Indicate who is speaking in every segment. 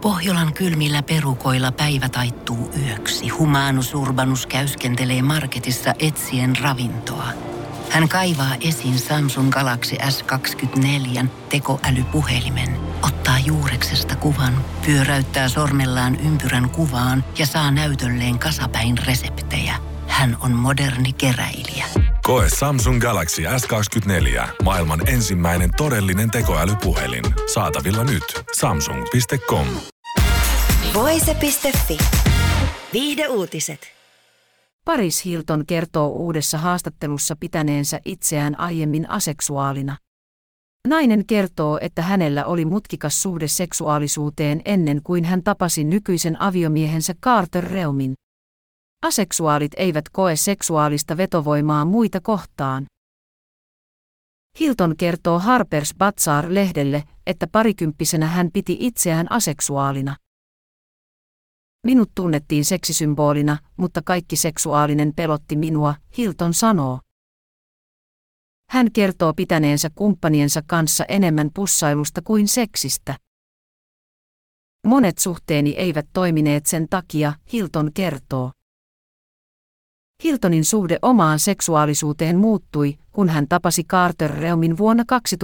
Speaker 1: Pohjolan kylmillä perukoilla päivä taittuu yöksi. Humanus Urbanus käyskentelee marketissa etsien ravintoa. Hän kaivaa esiin Samsung Galaxy S24 tekoälypuhelimen, ottaa juureksesta kuvan, pyöräyttää sormellaan ympyrän kuvaan ja saa näytölleen kasapäin reseptejä. Hän on moderni keräilijä.
Speaker 2: Koe Samsung Galaxy S24. Maailman ensimmäinen todellinen tekoälypuhelin. Saatavilla nyt. Samsung.com.
Speaker 3: Voise.fi. Viihdeuutiset.
Speaker 4: Paris Hilton kertoo uudessa haastattelussa pitäneensä itseään aiemmin aseksuaalina. Nainen kertoo, että hänellä oli mutkikas suhde seksuaalisuuteen ennen kuin hän tapasi nykyisen aviomiehensä Carter Reumin. Aseksuaalit eivät koe seksuaalista vetovoimaa muita kohtaan. Hilton kertoo Harper's Bazaar-lehdelle, että parikymppisenä hän piti itseään aseksuaalina. Minut tunnettiin seksisymbolina, mutta kaikki seksuaalinen pelotti minua, Hilton sanoo. Hän kertoo pitäneensä kumppaniensa kanssa enemmän pussailusta kuin seksistä. Monet suhteeni eivät toimineet sen takia, Hilton kertoo. Hiltonin suhde omaan seksuaalisuuteen muuttui, kun hän tapasi Carter Reumin vuonna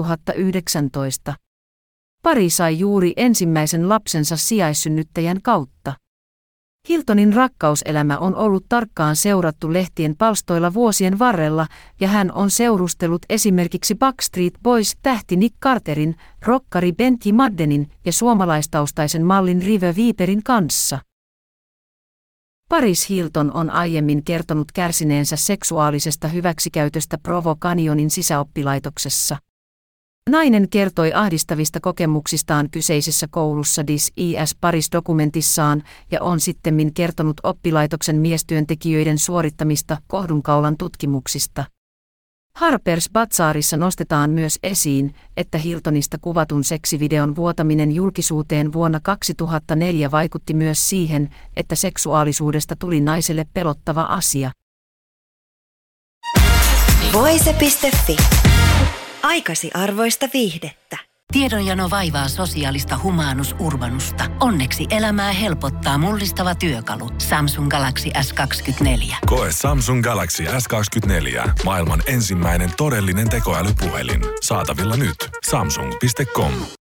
Speaker 4: 2019. Pari sai juuri ensimmäisen lapsensa sijaissynnyttäjän kautta. Hiltonin rakkauselämä on ollut tarkkaan seurattu lehtien palstoilla vuosien varrella, ja hän on seurustellut esimerkiksi Backstreet Boys-tähti Nick Carterin, rokkari Benji Maddenin ja suomalaistaustaisen mallin Rive Viperin kanssa. Paris Hilton on aiemmin kertonut kärsineensä seksuaalisesta hyväksikäytöstä Provo Canyonin sisäoppilaitoksessa. Nainen kertoi ahdistavista kokemuksistaan kyseisessä koulussa This is Paris-dokumentissaan ja on sittemmin kertonut oppilaitoksen miestyöntekijöiden suorittamista kohdunkaulan tutkimuksista. Harper's Bazaarissa nostetaan myös esiin, että Hiltonista kuvatun seksivideon vuotaminen julkisuuteen vuonna 2004 vaikutti myös siihen, että seksuaalisuudesta tuli naiselle pelottava asia.
Speaker 3: Voise.fi. Aikasi arvoista viihdettä.
Speaker 1: Tiedonjano vaivaa sosiaalista Humanus Urbanusta. Onneksi elämää helpottaa mullistava työkalu. Samsung Galaxy S24.
Speaker 2: Koe Samsung Galaxy S24. Maailman ensimmäinen todellinen tekoälypuhelin. Saatavilla nyt. Samsung.com.